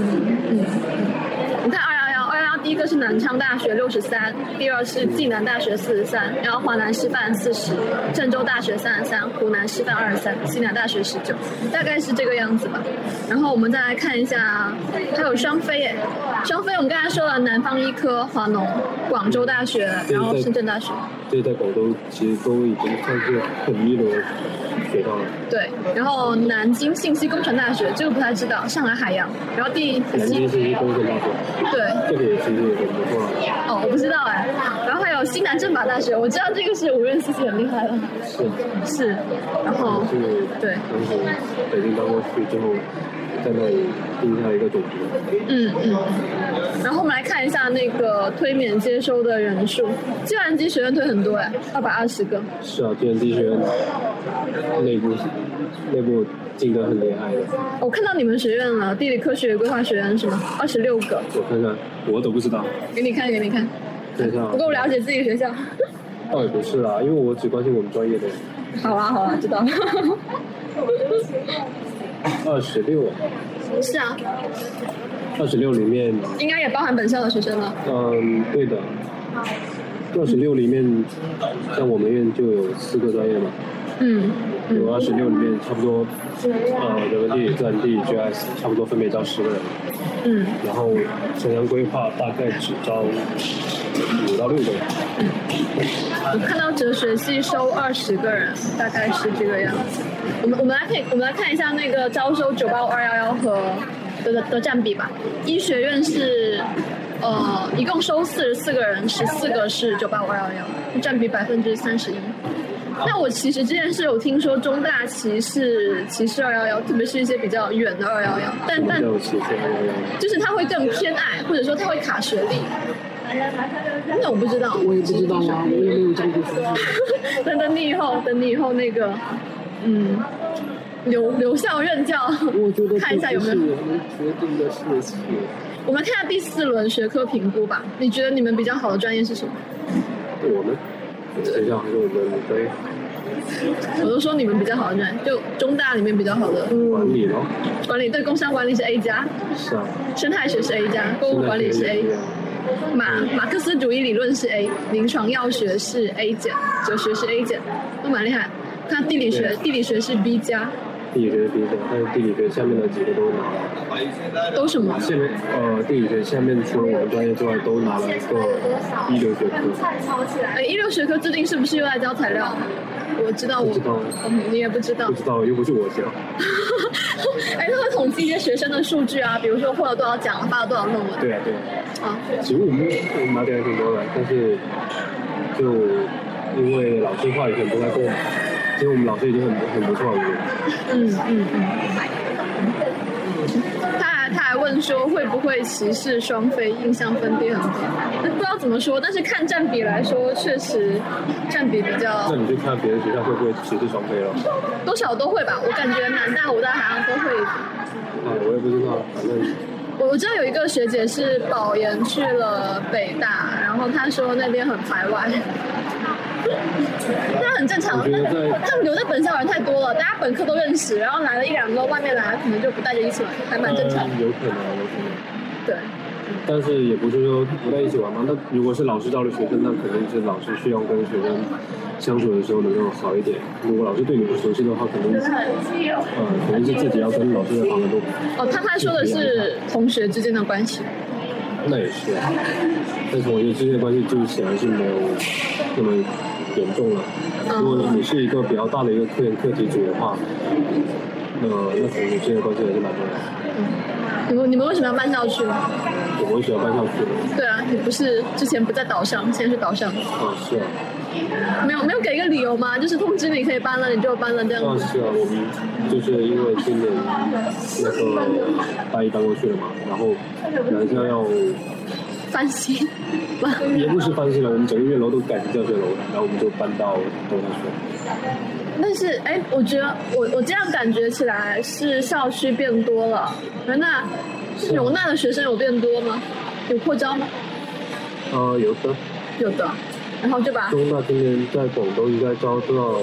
你看211，第一个是南昌大学63，第二是暨南大学43，然后华南师范40，郑州大学33，湖南师范23，西南大学19，大概是这个样子吧。然后我们再来看一下，还有双非耶，双非我们刚才说了，南方医科、华农、广州大学，然后深圳大学。 这在广州其实都已经算是很一流的学校了。 对，然后南京信息工程大学，这个不太知道，上海海洋，然后南京信息工程大学， 对， 这个也其实也很不错了。 哦，我不知道哎。然后还有西南政法大学，我知道这个是5院4系很厉害了。是，然后对， 当时北京搬过去之后，在那里定下一个种子。 然后我们来看一下那个推免接收的人数，计算机学院推很多哎，220个。 是啊，计算机学院内部竞争很厉害的。 我看到你们学院了，地理科学与规划学院是吗？26个。 我看看，我都不知道。 给你看。不够了解自己学校。 倒也不是啦，因为我只关心我们专业的。 好啊，知道。 26。 是啊。 26里面应该也包含本校的学生了。 对的。26里面，像我们院就有4个专业嘛。有26里面差不多，人文地理、自然地理、GIS 差不多分别招10个人。然后城乡规划大概只招5到6个人。 我看到哲学系收20个人，大概是这个样子。我们来看一下那个招收985、211和的占比吧。医学院是一共收44个人，14个是985、211，占比31%。那我其实之前是有听说中大歧视211，特别是一些比较远的211，但就是它会更偏矮，或者说它会卡学历。那我不知道， 我也不知道啊，我也没有教过学生。 等你以后那个，留校任教， 我觉得看一下有没有。 我们决定的事情。 我们看一下第4轮学科评估吧。你觉得你们比较好的专业是什么？ 我们学校还是我们专业？ 我都说你们比较好的专业，就中大里面比较好的。 管理咯。 管理对，工商管理是 A+。 是啊。 生态学是 A+，公务管理是 A。马克思主义理论是 A， 临床药学是 A+， 哲学是 A+， 都蛮厉害。看地理学是 B+。 地理学是 B+，但是地理学下面的几个都拿了。 都什么？ 下面地理学下面除了我们专业之外，都拿了一个一流学科。 一流学科最近是不是又在教材料？我知道。你也不知道。 不知道，又不是我教。 他会统计一些学生的数据啊，比如说获了多少奖，发了多少论文。 对啊。其实我们拿点还挺多的，但是就因为老师话语权不太够嘛。其实我们老师已经很不错了。 他还问说会不会歧视双非，印象分低很低。不知道怎么说，但是看占比来说，确实占比比较。 那你就看别的学校会不会歧视双非了？ 多少都会吧，我感觉南大、武大好像都会。 我也不知道，反正。 我知道有一个学姐是保研去了北大，然后她说那边很排外。那很正常，他们留在本校人太多了，大家本科都认识，然后来了1-2个外面来，可能就不带着一起玩，还蛮正常。 有可能。 对。 但是也不是说不在一起玩嘛。那如果是老师教的学生，那肯定是老师需要跟学生相处的时候能够好一点。如果老师对你不熟悉的话，肯定是自己要跟老师的旁度。 他说的是同学之间的关系。 那也是啊，但是我觉得之间的关系就显然是没有那么严重了。如果你是一个比较大的一个科研课题组的话，那可能之间的关系还是蛮重要的。 你们为什么要搬校区？ 我们为什么要搬校区？ 对啊，你不是之前不在岛上，现在是岛上。 是啊。 没有给一个理由吗？就是通知你可以搬了，你就搬了这样子。 是啊，我们就是因为今年那个大一搬过去了嘛，然后南校要翻新， 也不是翻新了，我们整个院楼都改成教学楼了，然后我们就搬到东大去。 但是我觉得我这样感觉起来是校区变多了，那容纳的学生有变多吗？有扩招吗？有的。然后就把中大今年在广东应该招到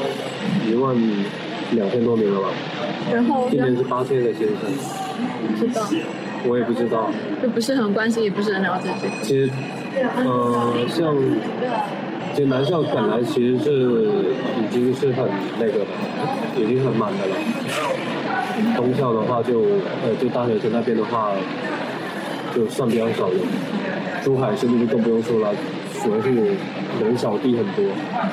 12000多名了吧？ 然后今年是8000的先生。 知道。 我也不知道。 就不是很关心，也不是很了解这个。 其实，像其实南校本来其实是已经是很那个的，已经很满的了。东校的话就大学生那边的话，就算比较少的。珠海深圳就更不用说了。主要是人少地很多。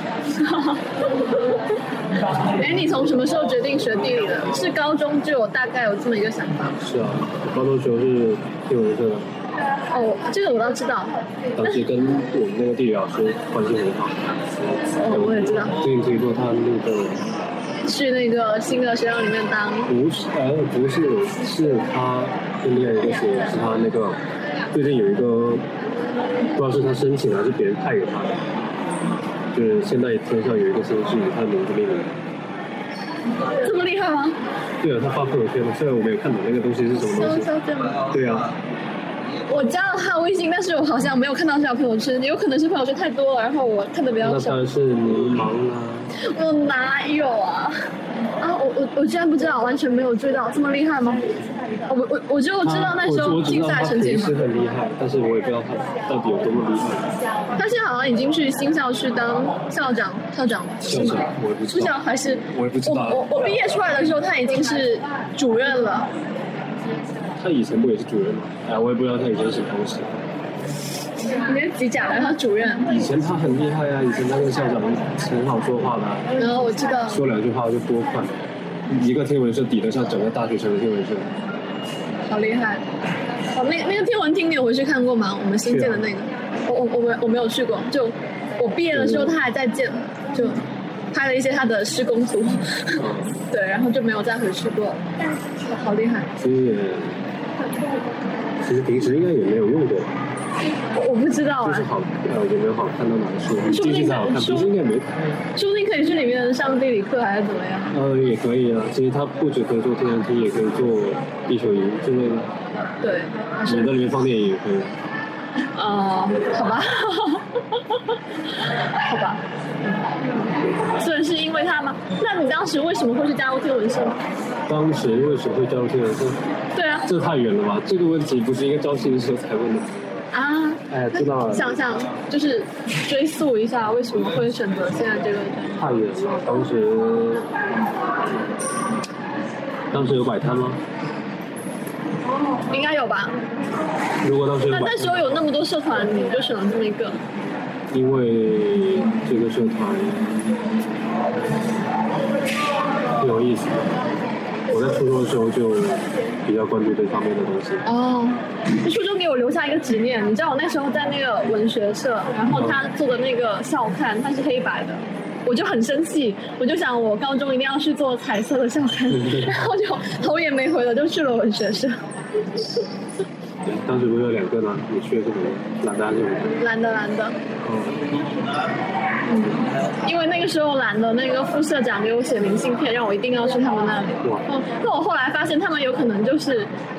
你从什么时候决定学地理的？是高中就有大概有这么一个想法？ 是啊，高中时候是天文社的。 哦，这个我倒知道。 当时跟我们那个地理老师关系很好。 我也知道。 最近听说他那个去那个新的学校里面当。 不是，是他跟另外一个学，是他那个最近有一个。不知道是他申请还是别人派给他的，就是现在天上有一个星是以他的名字命名。 这么厉害吗？ 对啊，他发朋友圈了，虽然我没有看懂那个东西是什么东西。对啊。 我加了他微信，但是我好像没有看到这条朋友圈，有可能是朋友圈太多了，然后我看的比较少。 那当然是迷茫啦。 我哪有啊？我居然不知道，完全没有追到，这么厉害吗？我就知道那时候竞赛成绩是很厉害，但是我也不知道他到底有多么厉害。 他现在好像已经去新校区当校长是吗？ 我也不知道。 是校还是？ 我也不知道。 我毕业出来的时候，他已经是主任了。 他以前不也是主任吗？我也不知道他以前是什么东西。 你别挤假了，他主任。 以前他很厉害啊，以前那个校长很好说话的。 然后我知道。 说2句话就多快，一个天文社抵得上整个大学城的天文社。 好厉害！那个天文厅你有回去看过吗？我们新建的那个，我没有去过。就我毕业的时候他还在建，就拍了一些他的施工图。对，然后就没有再回去过。好厉害！ 其实平时应该也没有用过。 我不知道就是好，也没有好看到哪个书，进去才好看，平时应该没看。 说不定可以去里面上地理课还是怎么样？ 也可以啊。其实他不只可以做天文厅，也可以做地球仪之类的。 对。 你在里面放电影也可以。 好吧。好吧。所以是因为他吗？那你当时为什么会去加入天文社？ 当时为什么会加入天文社？ 对啊。 这太远了吧？这个问题不是应该招新的时候才问的？知道了。想就是追溯一下，为什么会选择现在这个？ 太远了，当时有摆摊吗？ 应该有吧。 如果当时有摆摊， 那时候有那么多社团，你就选了这么一个？ 因为这个社团挺有意思的。我在初中的时候就比较关注这方面的东西。 初中给我留下一个执念，你知道我那时候在那个文学社，然后他做的那个校刊它是黑白的，我就很生气，我就想我高中一定要去做彩色的校刊，然后就头也没回的就去了文学社。 当时不是有2个吗？你去的是什么？蓝的还是什么？ 蓝的。因为那个时候蓝的那个副社长给我写明信片，让我一定要去他们那里。那我后来发现他们有可能就是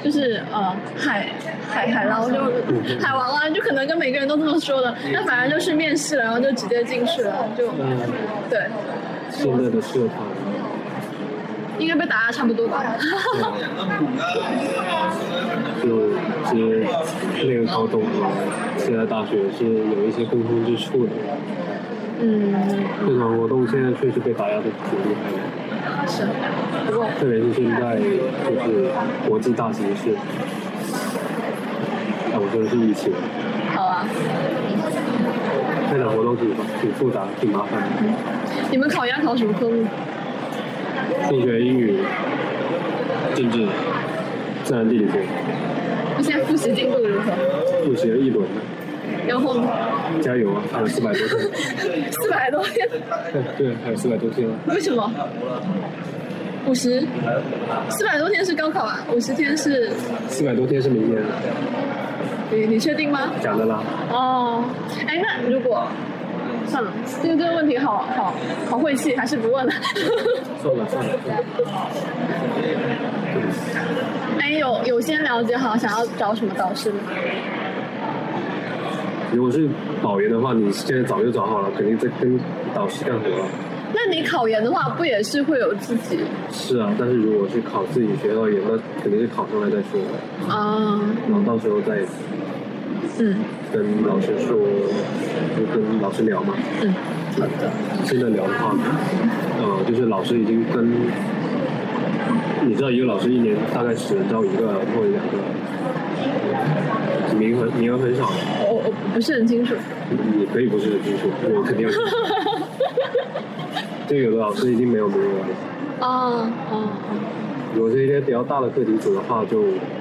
海捞，就海王啊，就可能跟每个人都这么说的。那反而就是面试了，然后就直接进去了，就对。 现在的社团应该被打压差不多吧。 就接那个高中嘛，现在大学是有一些共通之处的。这场活动现在确实被打压的挺厉害的。 是。 特别是现在就是国际大形势。我说的是疫情。 好啊。 这场活动挺复杂，挺麻烦的。 你们考研考什么科目？ 数学、英语、政治。 自然地理课。 你现在复习进度如何？ 复习了1轮了。 然后呢？ 加油啊！还有400多天。 400多天？ 对，还有400多天了。 为什么？400多天是高考啊，50天是 400多天是明天。 你确定吗？ 假的啦。 哦，哎，那如果算了，这个问题好晦气，还是不问了。 算了。 哎，有先了解好想要找什么导师吗？ 如果是保研的话，你现在早就找好了，肯定在跟导师干活了。 那你考研的话，不也是会有自己？ 是啊，但是如果是考自己学校研，那肯定是考上来再说。然后到时候再跟老师说，就跟老师聊嘛。 好的。 现在聊的话，就是老师已经跟，你知道一个老师1年大概只能招1个或者2个，名额很少的。 我不是很清楚。 你可以不是很清楚，我肯定要清楚。就有的老师已经没有名额了。如果是一些比较大的课题组的话，就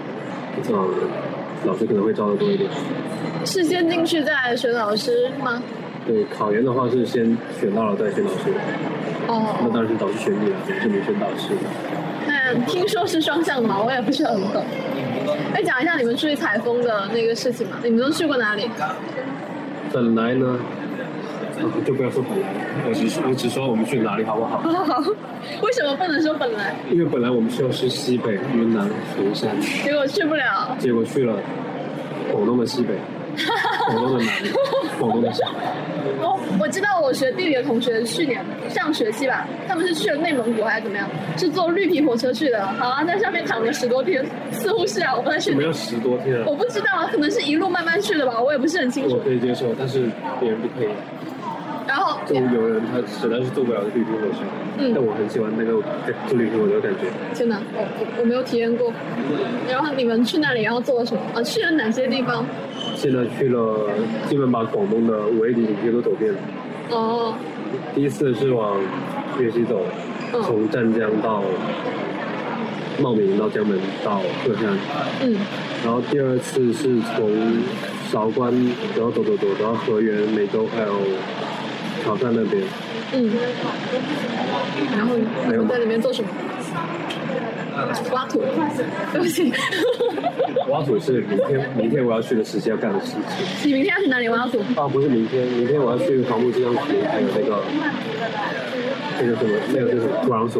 老师可能会招的多一点。 是先进去再选老师吗？ 对，考研的话是先选到了再选老师。那当然是导师选你了，是你选导师。 那听说是双向的嘛，我也不是很懂。讲一下你们出去采风的那个事情嘛，你们都去过哪里？ 本来呢，就不要说本来，我只说我们去哪里好不好？ 好。为什么不能说本来？ 因为本来我们是要去西北、云南、佛山， 结果去不了。 结果去了广东的西北，广东的南，广东的西北。 我知道我学地理的同学去年上学期吧，他们是去了内蒙古还是怎么样？是坐绿皮火车去的。好啊，在上面躺了10多天，似乎是啊，我不太确定。 怎么要10多天啊？ 我不知道啊，可能是一路慢慢去的吧，我也不是很清楚。 我可以接受，但是别人不可以。 然后就有人他实在是坐不了绿皮火车，但我很喜欢那个坐绿皮火车的感觉。 真的，我没有体验过。然后你们去那里，然后做了什么？去了哪些地方？ 现在去了，基本把广东的5A级景区都走遍了。第一次是往粤西走，从湛江到茂名，到江门，到鹤山。然后第2次是从韶关，然后走到河源、梅州还有潮汕那边。 然后你们在里面做什么？挖土。对不起。 挖土是明天我要去的时期要干的事情。 你明天要去哪里挖土？ 不是明天我要去防牧气象局，还有那个什么土壤所。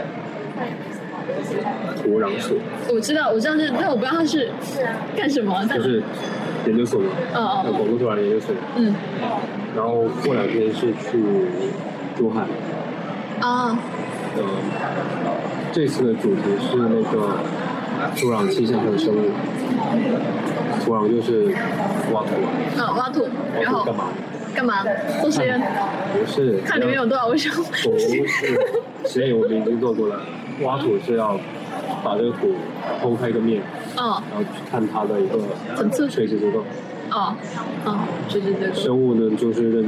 我知道但我不知道它是干什么。就是研究所嘛。广东土壤研究所。然后过2天是去珠海。这次的主题是那个土壤气象和生物。土壤就是挖土。挖土。然后干嘛？做实验？不是。看里面有多少微生物？不是。实验我们已经做过了。挖土是要把这个土剖开一个面，然后去看它的一个层次垂直结构。垂直结构。生物呢就是认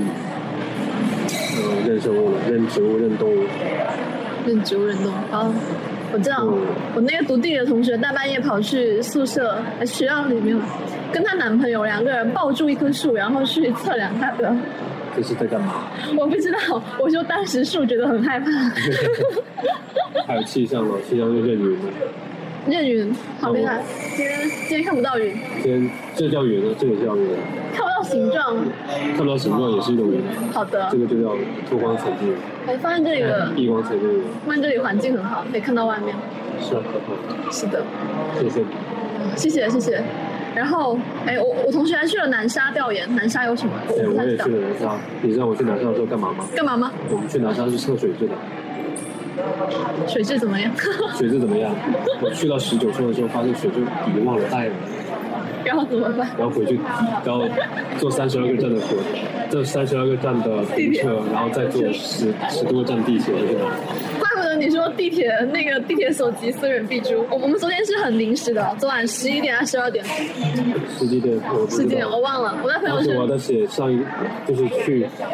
生物了，认植物、认动物。认植物、认动物。我知道，我那个读地理的同学大半夜跑去宿舍学校里面，跟她男朋友2个人抱住一棵树，然后去测量它的。这是在干嘛？我不知道，我就当时树觉得很害怕。还有气象了，气象就认云了。认云，好厉害！今天看不到云。这叫云啊，这个叫云。看不到形状。看不到形状也是一种云。好的。这个就叫透光层级。放在这里的。避光层级。放在这里环境很好，可以看到外面。是啊，很好。是的。谢谢。然后，我同学还去了南沙调研。南沙有什么？我也去了南沙。你知道我去南沙的时候干嘛吗？干嘛吗？我们去南沙是测水质的。水质怎么样？我去到19村的时候，发现水质已经忘了带了。然后怎么办？然后回去，然后坐32个站的火，这32个站的火车，然后再坐10多个站地铁回去拿。怪不得你说地铁所及虽远必诛。我们昨天是很临时的，昨晚11点还是12点？10几点，我忘了。我在朋友圈。我在写上一，就是去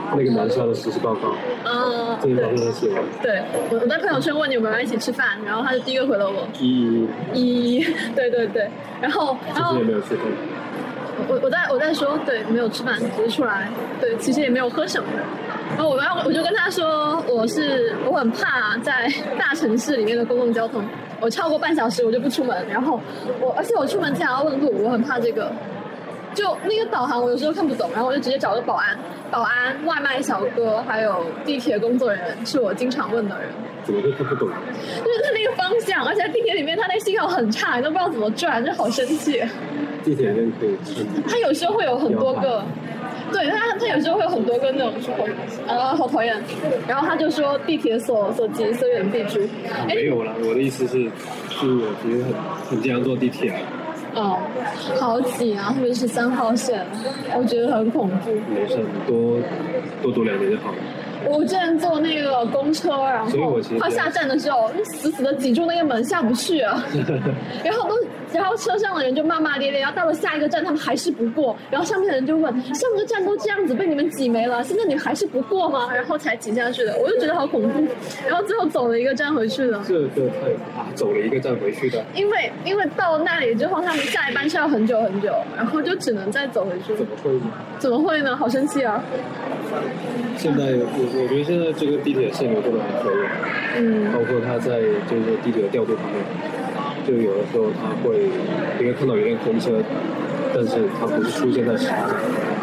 那个南沙的实习报告，今天早上才写完。 对，我在朋友圈问你有没有一起吃饭，然后他就第一个回了我。对，然后其实也没有吃饭。 我在说，对，没有吃饭，只是出来，对，其实也没有喝什么。然后我就跟他说，我很怕在大城市里面的公共交通，我超过半小时我就不出门，然后而且我出门前还要问路，我很怕这个。就那个导航我有时候看不懂，然后我就直接找个保安、外卖小哥，还有地铁工作人员，是我经常问的人。 怎么会看不懂？ 就是他那个方向，而且在地铁里面他那个信号很差，你都不知道怎么转，就好生气。 地铁里面可以看。 他有时候会有很多个。对他有时候会有很多个那种好讨厌。然后他就说地铁所及，虽远必诛。 没有啦，我的意思是我其实很经常坐地铁。 好挤啊，特别是3号线，我觉得很恐怖。 没事，多读2年就好了。 我之前坐那个公车，然后快下站的时候，死的挤住那个门下不去啊。然后车上的人就骂骂咧咧，然后到了下一个站他们还是不过，然后上面的人就问，上个站都这样子被你们挤没了，现在你们还是不过吗？然后才挤下去的，我就觉得好恐怖。然后最后走了一个站回去的。 这个走了一个站回去的。 因为到那里之后，他们下一班车要很久很久，然后就只能再走回去。怎么会呢？好生气啊！ 现在我觉得现在这个地铁线路做得很可以，包括它在就是地铁的调度方面，就有的时候它会你会看到有辆空车，但是它不是出现在十八站。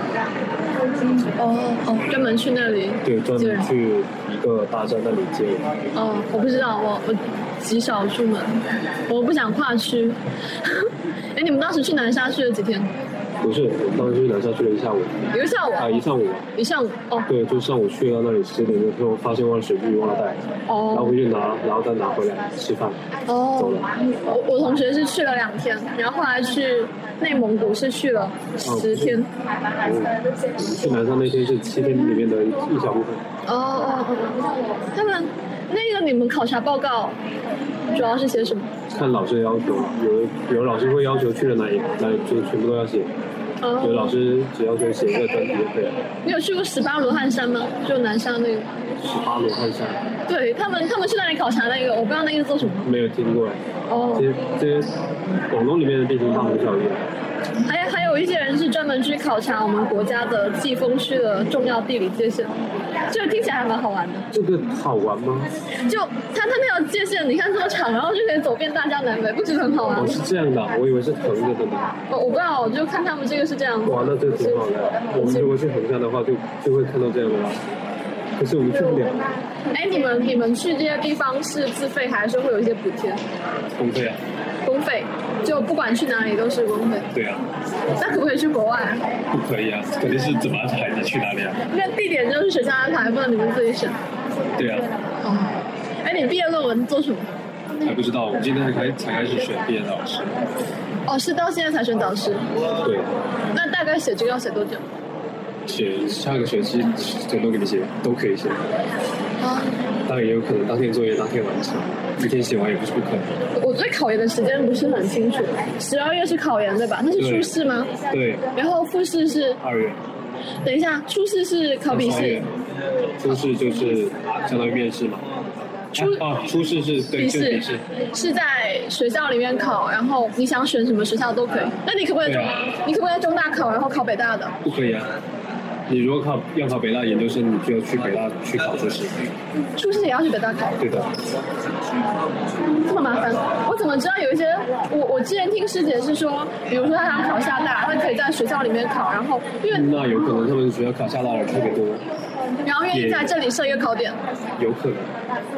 专门去那里。 对，专门去一个大站那里接人。 我不知道，我极少出门，我不想跨区。哎，你们当时去南沙去了几天？ 不是，我当时去南沙去了一下午。 一个下午啊？一上午。 对，就上午去到那里10点的时候，发现忘了水具忘了带，然后回去拿，然后再拿回来吃饭。走了。 我同学是去了2天，然后后来去内蒙古是去了10天。 去南沙那天是7天里面的一小部分。 他们那个你们考察报告主要是写什么？ 看老师的要求，有老师会要求去了哪里就全部都要写。有老师只要求写一个专题就可以了。 你有去过18罗汉山吗？就南沙那个。 18罗汉山。对， 他们去那里考察那个，我不知道那个做什么。 没有听过。这些广东里面的地形大同小异。 还有一些人是专门去考察我们国家的季风区的重要地理界限，这个听起来还蛮好玩的。 这个好玩吗？ 就它那条界限，你看这么长，然后就可以走遍大江南北，不觉得很好玩？ 是这样的，我以为是横着的呢。 我不知道，我就看他们这个是这样。 哇，那这个挺好的。我们如果去横向的话，就会看到这样的啦。可是我们去不了。 哎，你们去这些地方是自费还是会有一些补贴？ 公费啊。 公费，就不管去哪里都是公费。 对啊。 那可不可以去国外？ 不可以啊，肯定是怎么安排你去哪里啊？ 那地点就是学校安排，不能你们自己选。 对啊。 哎，你毕业论文做什么？ 还不知道，我今天才开始选毕业导师。 是到现在才选导师？ 对。 那大概写这个要写多久？ 写下个学期全都给你写，都可以写。当然也有可能当天作业当天完成，一天写完也不是不可能。 我对考研的时间不是很清楚，12月是考研对吧？那是初试吗？ 对。 然后复试是 2月。 等一下，初试是考笔试。 初试就是相当于面试嘛。初试是对，就是笔试， 是在学校里面考，然后你想选什么学校都可以。那你可不可以在中大考，然后考北大的？ 不可以啊。你如果要考北大研究生，你就要去北大去考初试。 初试也要去北大考？ 对的。 这么麻烦？我怎么知道有一些？我之前听师姐是说，比如说她想考厦大，她可以在学校里面考，然后因为那有可能他们学校考厦大的人特别多， 然后愿意在这里设一个考点。 有可能。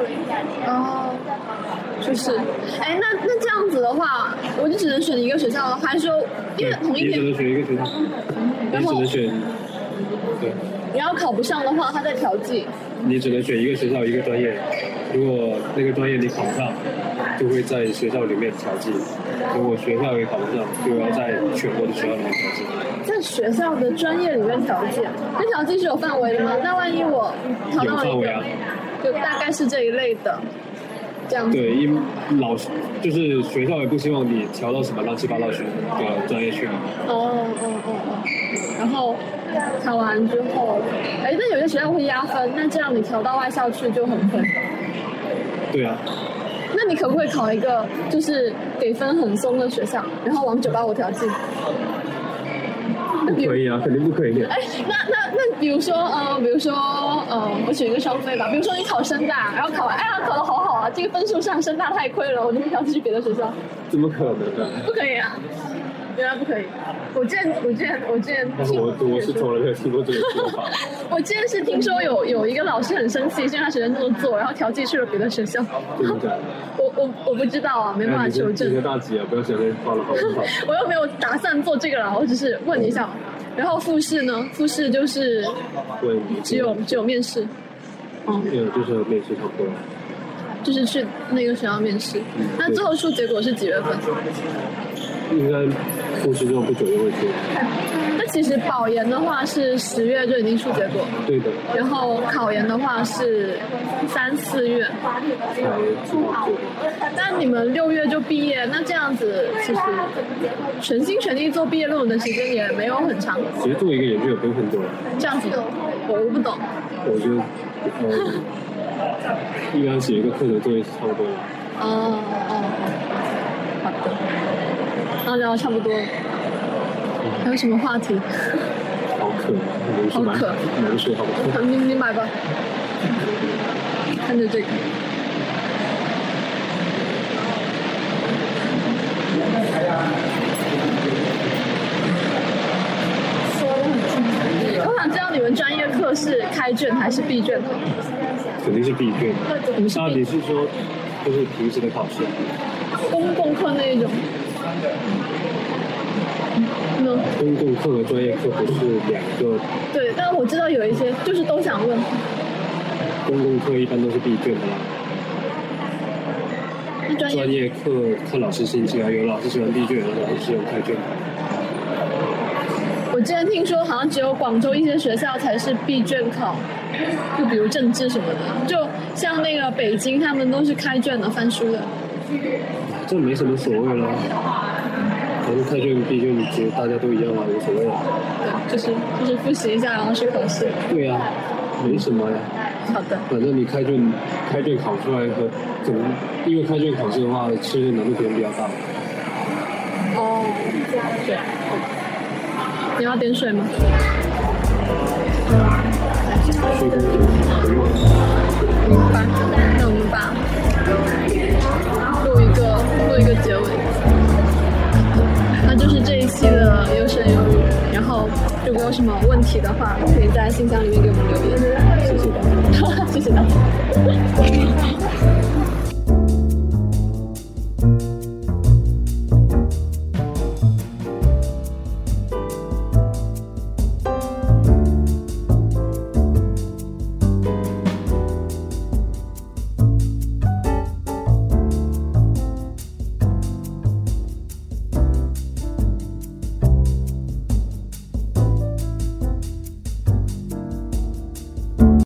就是，哎，那这样子的话，我就只能选一个学校了，还是说因为同一天？ 你只能选一个学校，你只能选。对。 然后考不上的话，他再调剂。 你只能选一个学校一个专业，如果那个专业你考不上，就会在学校里面调剂；如果学校也考不上，就要在全国的学校里面调剂。 在学校的专业里面调剂，那调剂是有范围的吗？那万一我考到了一个，就大概是这一类的。 这样子。 对，老师就是学校也不希望你调到什么乱七八糟的专业去。 然后考完之后，那有些学校会压分，那这样你调到外校去就很分。 对啊。 那你可不可以考一个就是给分很松的学校，然后往985调剂？ 不可以啊，肯定不可以的。 那比如说我选一个双非吧，比如说你考深大，然后考完，考得好啊，这个分数上深大太亏了，我就调剂去别的学校。 怎么可能呢？ 不可以啊，原来不可以。我之前我是从来没有听过这个说法。 我之前是听说有一个老师很生气，是因为他学生这么做，然后调剂去了别的学校。 真的假的？ 我不知道啊，没办法求证。 你个大姐啊，不要想着花了好不好？ 我又没有打算做这个啦，我只是问一下。然后复试呢？复试就是只有面试。 没有，就是面试差不多。 就是去那个学校面试。那最后出结果是几月份？ 应该复试之后不久就会出。 那其实保研的话是10月就已经出结果。 对的。 然后考研的话是3、4月才知道。 但你们6月就毕业，那这样子其实全心全力做毕业论文的时间也没有很长。 其实做一个研究也不用很久。这样子，我不懂。 我觉得一般写一个课程作业是差不多的。 好的。然后聊得差不多了。还有什么话题？ 好渴，冷水好渴。 明白吧？看着这个。我想知道你们专业课是开卷还是闭卷？ 肯定是闭卷。那你是说就是平时的考试？ 公共课那一种。 公共课和专业课不是两个。对， 但我知道有一些就是都想问。 公共课一般都是闭卷的啦。专业课看老师心情啊，有老师喜欢闭卷，有老师喜欢开卷。 我之前听说好像只有广州一些学校才是闭卷考，就比如政治什么的，就像那个北京他们都是开卷的翻书的。 这没什么所谓了。反正开卷闭卷其实大家都一样啊，无所谓了。 对，就是复习一下，然后去考试。 对啊，没什么呀。 好的。 反正你开卷考出来和可能因为开卷考试的话，其实难度可能比较大。 对。你要点水吗？ 水不用。 明白。那我们把录一个结尾。那就是这一期的优生优育，然后如果有什么问题的话，可以在信箱里面给我们留言。谢谢大家。谢谢大家。